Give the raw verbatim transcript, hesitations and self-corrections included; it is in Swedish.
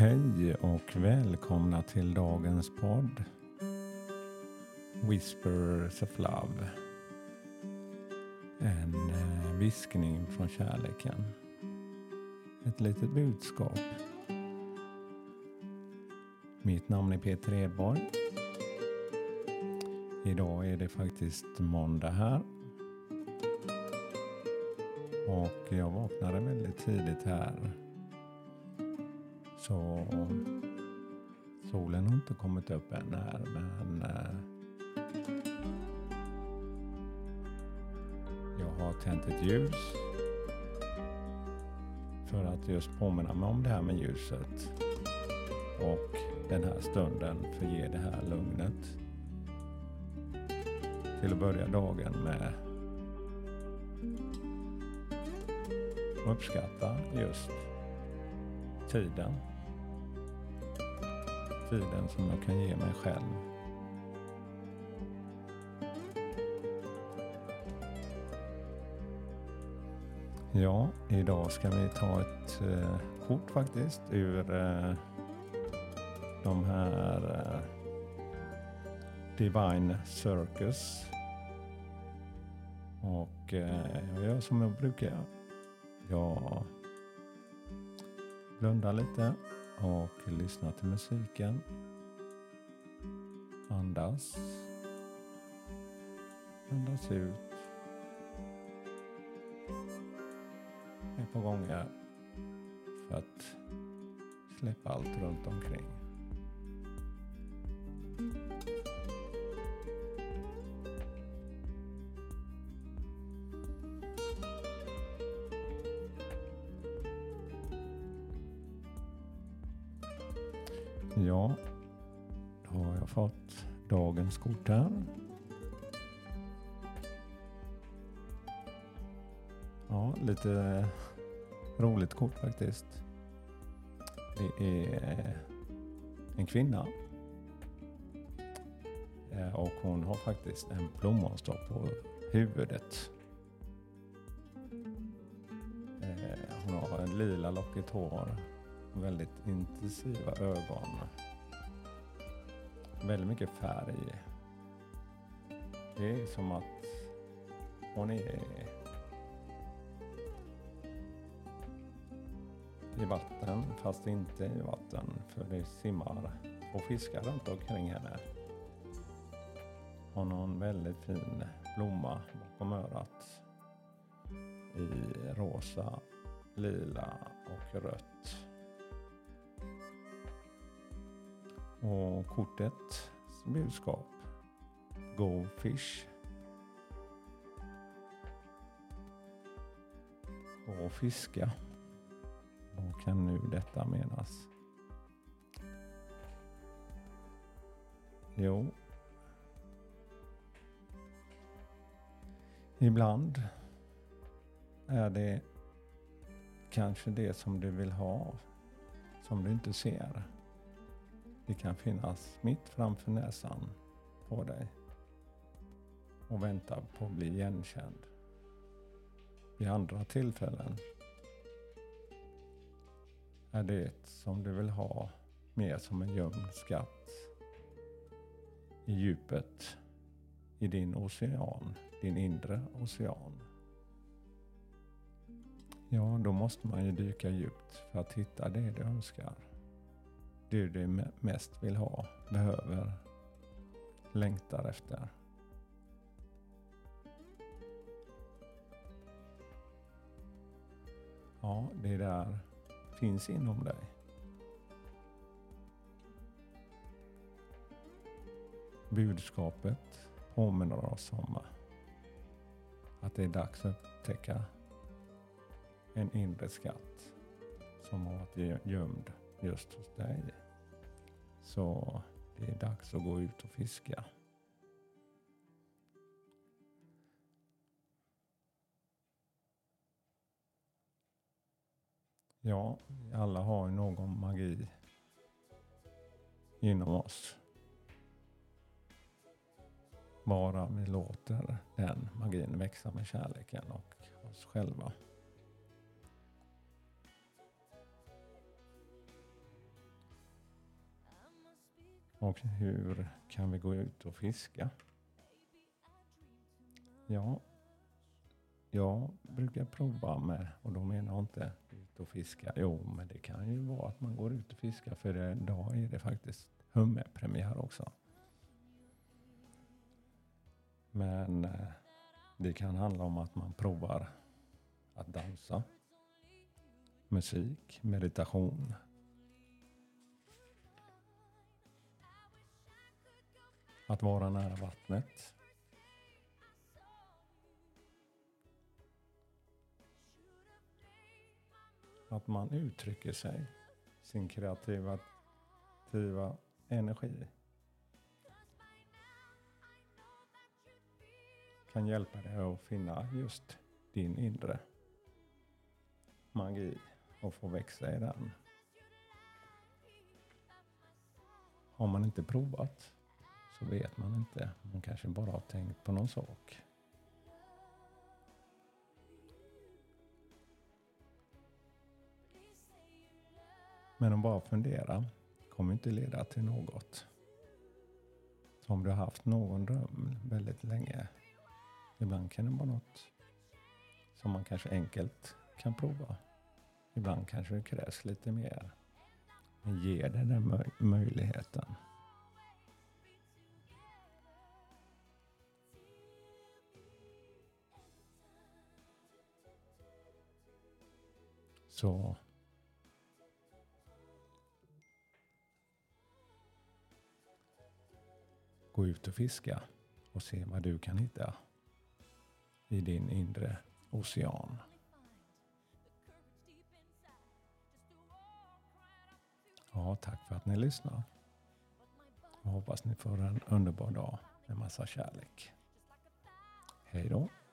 Hej och välkomna till dagens podd Whispers of Love. En eh, viskning från kärleken. Ett litet budskap. Mitt namn är Peter Edborg. Idag är det faktiskt måndag här. Och jag vaknade väldigt tidigt här. Så solen har inte kommit upp än här, men eh, jag har tänt ett ljus för att just påminna mig om det här med ljuset och den här stunden för att ge det här lugnet till att börja dagen med att uppskatta just tiden. Tiden som jag kan ge mig själv. Ja, idag ska vi ta ett eh, kort faktiskt ur eh, de här eh, Divine Circus. Och eh, jag gör som jag brukar. Jag blundar lite och lyssnar till musiken. Andas. Andas ut. Ett par gånger för att släppa allt runt omkring. Ja, då har jag fått dagens kort här. Ja, lite roligt kort faktiskt. Det är en kvinna. Och hon har faktiskt en blommonstock på huvudet. Hon har en lila lockigt hår. Väldigt intensiva ögon. Väldigt mycket färg. Det är som att hon är i vatten, fast inte i vatten. För det simmar två fiskar runt omkring henne. Hon har en väldigt fin blomma bakom örat. I rosa, lila och rött. Och kortets budskap. Go fish. Gå och fiska. Vad kan nu detta menas? Jo. Ibland är det kanske det som du vill ha som du inte ser. Det kan finnas mitt framför näsan på dig och vänta på att bli igenkänd. Vid andra tillfällen är det som du vill ha mer som en gömd skatt i djupet i din ocean, din inre ocean. Ja, då måste man ju dyka djupt för att hitta det du önskar. Det du mest vill ha, behöver, längtar efter. Ja, det där finns inom dig. Budskapet påminner oss om att det är dags att upptäcka en inre skatt som har varit gömd just hos dig. Så det är dags att gå ut och fiska. Ja, alla har ju någon magi inom oss. Bara vi låter den magin växa med kärleken och oss själva. Och hur kan vi gå ut och fiska? Ja, jag brukar prova med, och då menar jag inte ut och fiska. Jo, men det kan ju vara att man går ut och fiskar, för idag är det faktiskt hummerpremiär också. Men eh, det kan handla om att man provar att dansa, musik, meditation. Att vara nära vattnet. Att man uttrycker sig, sin kreativa kreativa energi. Kan hjälpa dig att finna just din inre magi och få växa i den. Har man inte provat så vet man inte. Man kanske bara har tänkt på någon sak. Men att bara fundera kommer inte leda till något. Så om du har haft någon dröm väldigt länge, ibland kan det vara något som man kanske enkelt kan prova. Ibland kanske det krävs lite mer. Men ge dig den möj- möjligheten. Så gå ut och fiska och se vad du kan hitta i din inre ocean. Ja, tack för att ni lyssnar. Jag hoppas ni får en underbar dag med massa kärlek. Hej då.